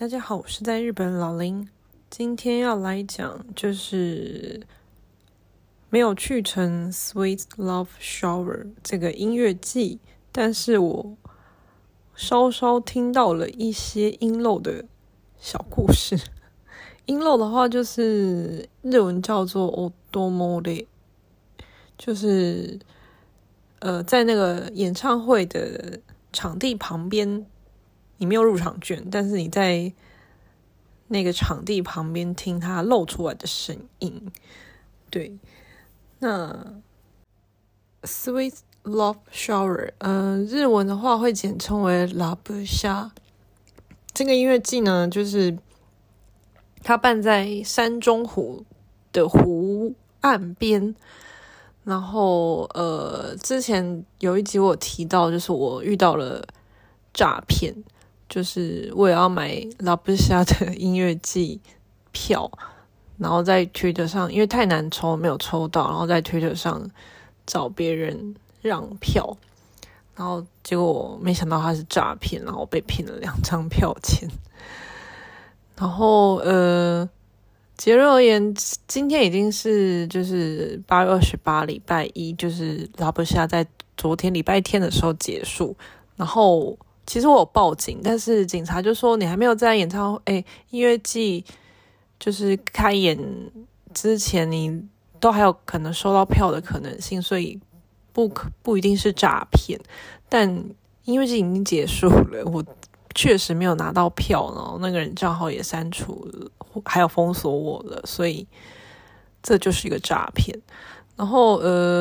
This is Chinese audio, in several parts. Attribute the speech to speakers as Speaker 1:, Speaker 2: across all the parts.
Speaker 1: 大家好，我是在日本老林。今天要来讲就是没有去成 Sweet Love Shower 这个音乐季，但是我稍稍听到了一些音漏的小故事。音漏的话就是日文叫做 otomore， 就是在那个演唱会的场地旁边，你没有入场券，但是你在那个场地旁边听它漏出来的声音。对，那 Sweet Love Shower， 日文的话会简称为ラブシャ。这个音乐季呢，就是它办在山中湖的湖岸边。然后之前有一集我有提到，就是我遇到了诈骗，就是我也要买拉布夏的音乐季票，然后在 Twitter 上，因为太难抽没有抽到，然后在 Twitter 上找别人让票，然后结果我没想到他是诈骗，然后被骗了2张票钱。然后结论而言，今天已经是就是8月28礼拜一，就是拉布夏在昨天礼拜天的时候结束。然后其实我有报警，但是警察就说你还没有在音乐季就是开演之前，你都还有可能收到票的可能性，所以不一定是诈骗。但音乐季已经结束了，我确实没有拿到票，然后那个人账号也删除了，还有封锁我了，所以这就是一个诈骗。然后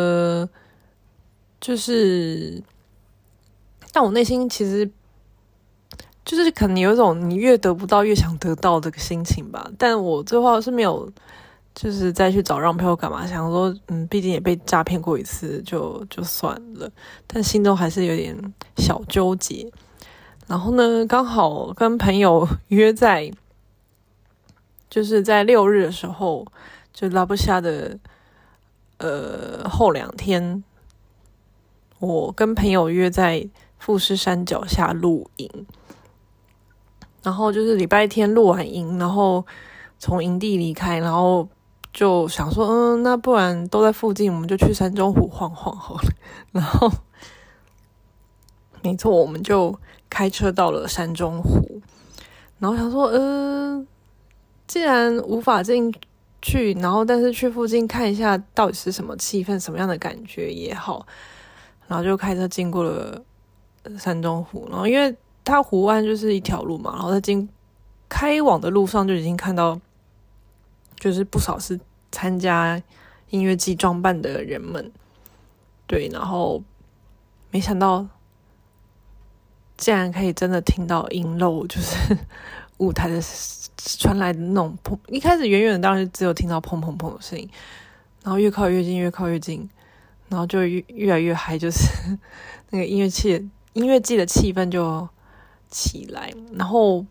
Speaker 1: 就是但我内心其实就是可能有一种你越得不到越想得到这个心情吧。但我最后是没有就是再去找让票干嘛，想说毕竟也被诈骗过一次，就算了，但心中还是有点小纠结。然后呢，刚好跟朋友约在就是在6日的时候，就拉布夏的后2天，我跟朋友约在富士山脚下露营。然后就是礼拜天露完营，然后从营地离开，然后就想说那不然都在附近，我们就去山中湖晃晃好了。然后没错，我们就开车到了山中湖，然后想说既然无法进去，然后但是去附近看一下到底是什么气氛，什么样的感觉也好，然后就开车经过了山中湖。然后因为它湖岸就是一条路嘛，然后在开往的路上就已经看到就是不少是参加音乐季装扮的人们。对，然后没想到竟然可以真的听到音漏，就是舞台的传来的那种砰，一开始远远的当然只有听到砰砰砰的声音，然后越靠越近越靠越近，然后就越来越嗨，就是那个音乐季的气氛就起来。然后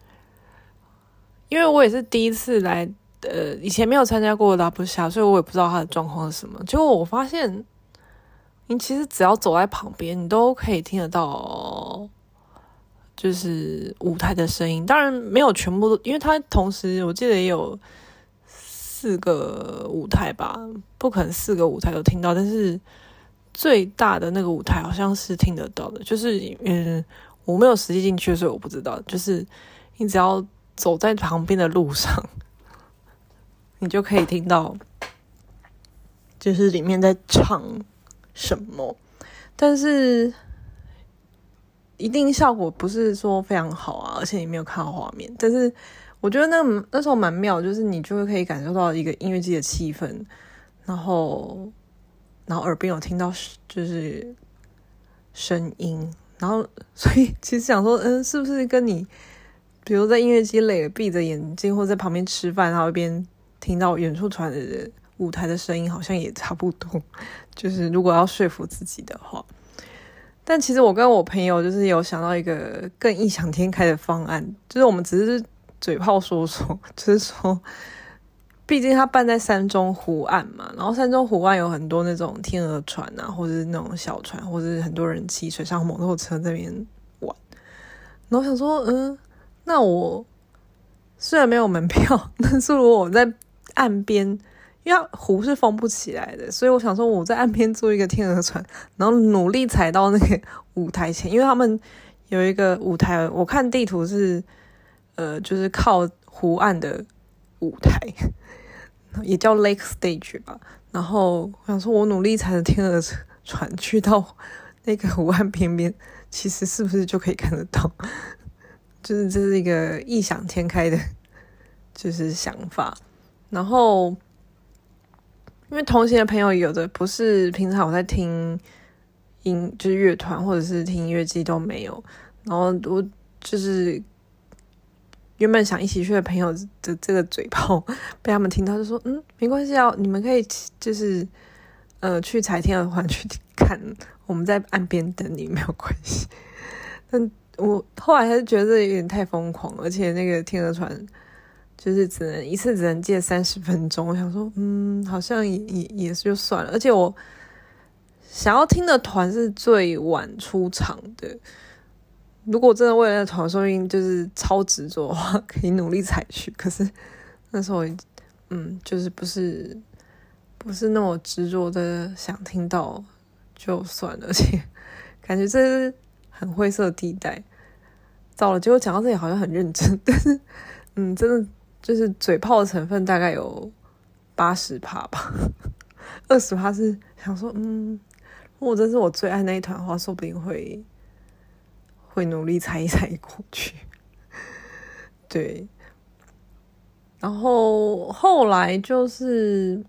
Speaker 1: 因为我也是第一次来，以前没有参加过拉布夏，所以我也不知道他的状况是什么。结果我发现你其实只要走在旁边，你都可以听得到就是舞台的声音。当然没有全部都，因为它同时我记得也有4个舞台吧，不可能4个舞台都听到，但是最大的那个舞台好像是听得到的。就是我没有实际进去，所以我不知道。就是你只要走在旁边的路上，你就可以听到就是里面在唱什么，但是一定效果不是说非常好啊，而且你没有看到画面。但是我觉得那时候蛮妙，就是你就会可以感受到一个音乐季的气氛，然后耳边有听到就是声音，然后所以其实想说是不是跟你比如在音乐季累了闭着眼睛或在旁边吃饭，然后一边听到远处传来的舞台的声音好像也差不多，就是如果要说服自己的话。但其实我跟我朋友就是有想到一个更异想天开的方案，就是我们只是嘴炮说，就是说毕竟它办在山中湖岸嘛，然后山中湖岸有很多那种天鹅船啊，或者是那种小船，或者是很多人骑水上摩托车在那边玩。然后想说那我虽然没有门票，但是如果我在岸边，因为湖是封不起来的，所以我想说我在岸边租一个天鹅船，然后努力踩到那个舞台前，因为他们有一个舞台，我看地图是就是靠湖岸的舞台，也叫 Lake Stage 吧。然后我想说我努力踩着天鹅船去到那个湖岸边边，其实是不是就可以看得到？就是这是一个异想天开的，就是想法。然后，因为同行的朋友有的不是平常我在听就是乐团或者是听音乐季都没有。然后我就是原本想一起去的朋友的这个嘴炮被他们听到，就说没关系啊，你们可以就是去踩天鹅船去看，我们在岸边等你没有关系。但我后来还是觉得有点太疯狂，而且那个天鹅船就是一次只能借30分钟，我想说好像也是就算了。而且我想要听的团是最晚出场的，如果真的为了那团说不定就是超执着的话可以努力踩去，可是那时候就是不是那么执着的想听到就算了，而且感觉这是很灰色地带。糟了，结果讲到这里好像很认真，但是真的就是嘴炮的成分大概有80%吧，20%是想说如果这是我最爱那一团的话，说不定会努力踩一踩过去。对，然后后来就是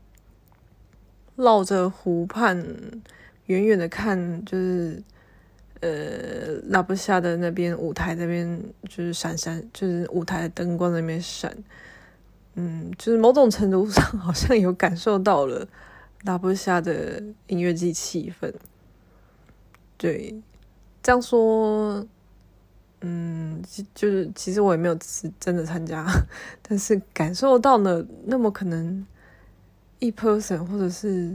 Speaker 1: 绕着湖畔远远的看，就是拉布夏的那边舞台那边就是闪，就是舞台的灯光在那边闪，就是某种程度上好像有感受到了拉布夏的音乐季气氛。对，这样说，就是其实我也没有真的参加，但是感受到了那么可能1% 或者是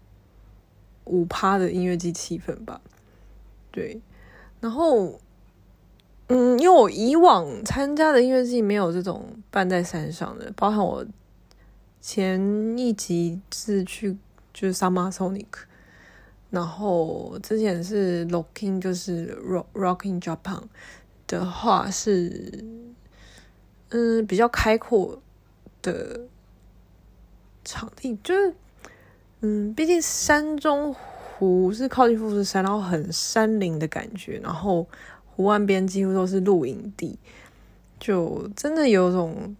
Speaker 1: 5%的音乐季气氛吧。对，然后因为我以往参加的音乐季没有这种办在山上的，包含我前一集是去就是 Summer Sonic， 然后之前是 Rocking 就是 Rocking Japan 的话是比较开阔的场地，就是毕竟山中湖是靠近富士山，然后很山林的感觉，然后湖岸边几乎都是露营地，就真的有种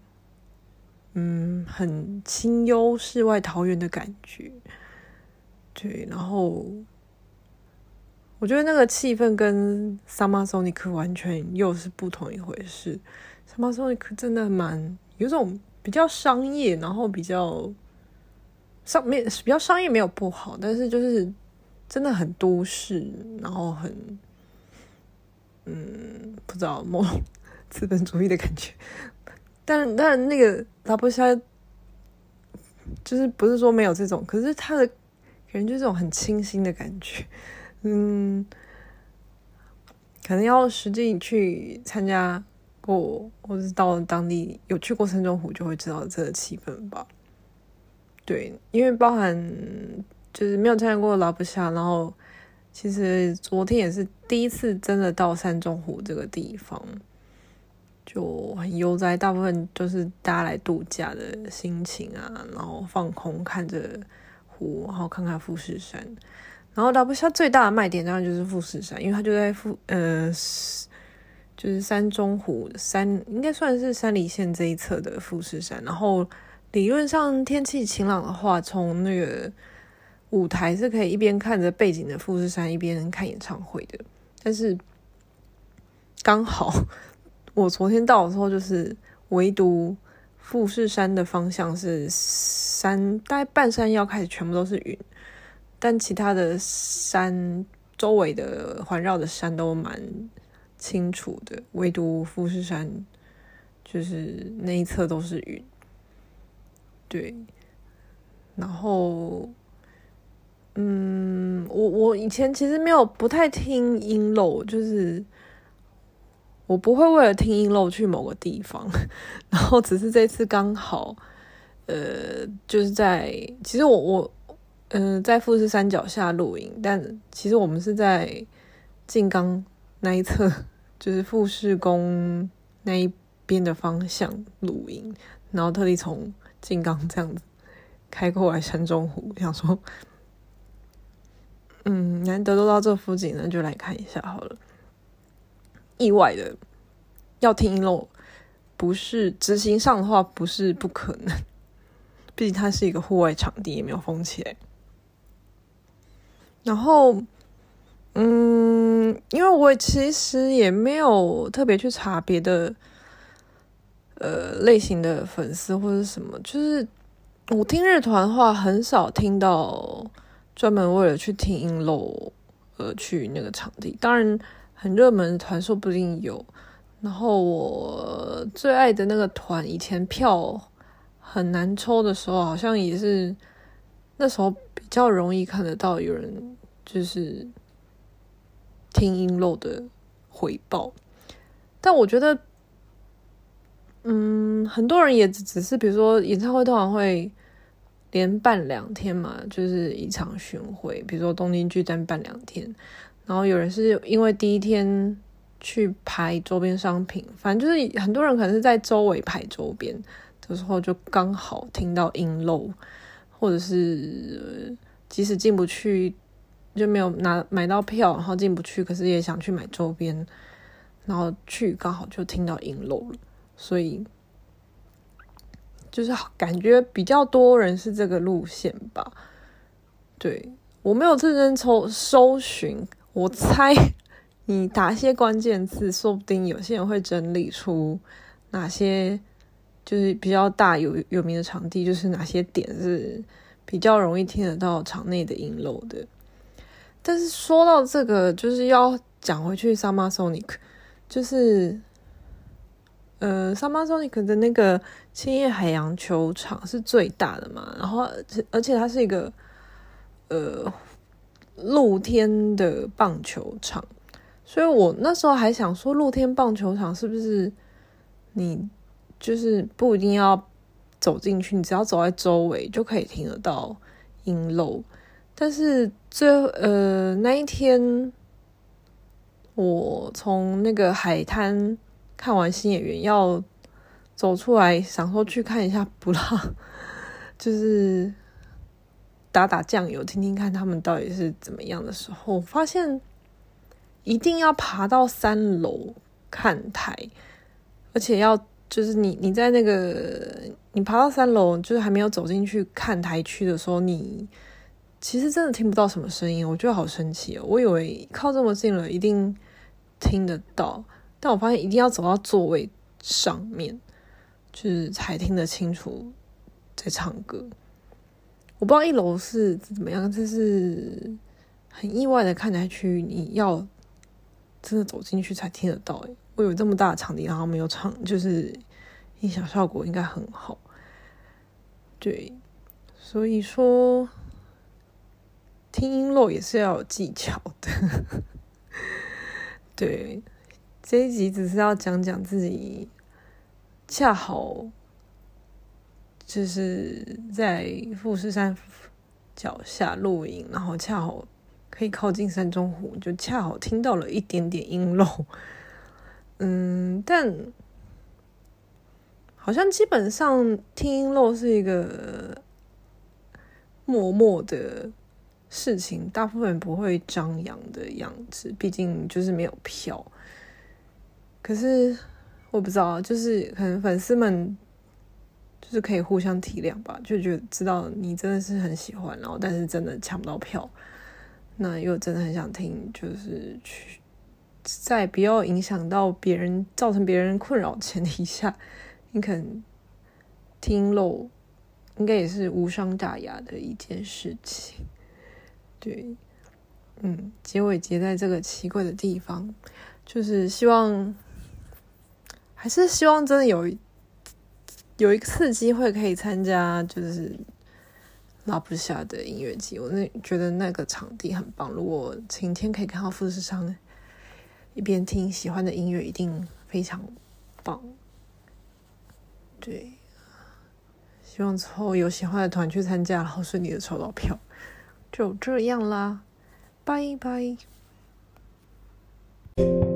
Speaker 1: 很清幽世外桃源的感觉。对，然后我觉得那个气氛跟 Summer Sonic 完全又是不同一回事。Summer Sonic 真的有种比较商业，然后比较商业没有不好，但是就是真的很都市，然后很不知道某种资本主义的感觉。但那个拉布夏就是不是说没有这种，可是它的给人就是这种很清新的感觉。可能要实际去参加过，或是到当地有去过山中湖，就会知道这个气氛吧。对，因为包含就是没有参加过拉布夏，然后其实昨天也是第一次真的到山中湖这个地方，就很悠哉，大部分就是大家来度假的心情啊，然后放空看着湖，然后看看富士山。然后拉布夏最大的卖点当然就是富士山，因为它就在就是山中湖应该算是山梨县这一侧的富士山。然后理论上天气晴朗的话，从那个舞台是可以一边看着背景的富士山一边看演唱会的。但是刚好我昨天到的时候，就是唯独富士山的方向是山，大概半山腰开始全部都是云，但其他的山周围的环绕的山都蛮清楚的，唯独富士山就是那一侧都是云。对，然后我以前其实不太听音漏，就是我不会为了听音漏去某个地方，然后只是这次刚好，就是其实我在富士山脚下露营，但其实我们是在静冈那一侧，就是富士宫那一边的方向露营，然后特地从静冈这样子开过来山中湖，想说，难得都到这附近，那就来看一下好了。意外的要听音漏，不是执行上的话不是不可能，毕竟它是一个户外场地，也没有封起来。然后因为我其实也没有特别去查别的类型的粉丝或者什么，就是我听日团的话很少听到专门为了去听音漏去那个场地，当然很热门的团说不定有。然后我最爱的那个团以前票很难抽的时候，好像也是那时候比较容易看得到有人就是听音漏的回报。但我觉得很多人也只是比如说演唱会通常会连办2天嘛，就是一场巡回，比如说东京巨蛋办2天，然后有人是因为第一天去排周边商品，反正就是很多人可能是在周围排周边的时候就刚好听到音漏，或者是即使进不去就没有买到票，然后进不去，可是也想去买周边，然后去刚好就听到音漏了，所以就是感觉比较多人是这个路线吧。对，我没有认真搜寻，我猜你打一些关键字，说不定有些人会整理出哪些就是比较大有名的场地，就是哪些点是比较容易听得到场内的音漏的。但是说到这个，就是要讲回去 Summer Sonic， 就是Summer Sonic 的那个千叶海洋球场是最大的嘛，然后而且它是一个露天的棒球场，所以我那时候还想说，露天棒球场是不是你就是不一定要走进去，你只要走在周围就可以听得到音漏。但是那一天我从那个海滩看完新演员要走出来，想说去看一下布拉，就是打酱油听听看他们到底是怎么样的时候，发现一定要爬到3楼看台，而且要就是你在那个你爬到3楼，就是还没有走进去看台区的时候，你其实真的听不到什么声音，我觉得好神奇哦！我以为靠这么近了一定听得到，但我发现一定要走到座位上面，就是才听得清楚在唱歌。我不知道1楼是怎么样，这是很意外的看台区，你要真的走进去才听得到耶。我有这么大的场地，然后没有唱，就是音响效果应该很好。对，所以说听音漏也是要有技巧的。对，这一集只是要讲自己恰好就是在富士山脚下露营，然后恰好可以靠近山中湖，就恰好听到了一点点音漏。但好像基本上听音漏是一个默默的事情，大部分人不会张扬的样子，毕竟就是没有票。可是我不知道，就是可能粉丝们就是可以互相体谅吧，就觉得知道你真的是很喜欢，然后但是真的抢不到票，那又真的很想听，就是去在不要影响到别人、造成别人困扰的前提下，你可能听漏应该也是无伤大雅的一件事情。对，结尾结在这个奇怪的地方，就是还是希望真的有一次机会可以参加，就是拉布夏的音乐季。我觉得那个场地很棒，如果晴天可以看到富士山，一边听喜欢的音乐，一定非常棒。对，希望之后有喜欢的团去参加，然后顺利的抽到票。就这样啦，拜拜。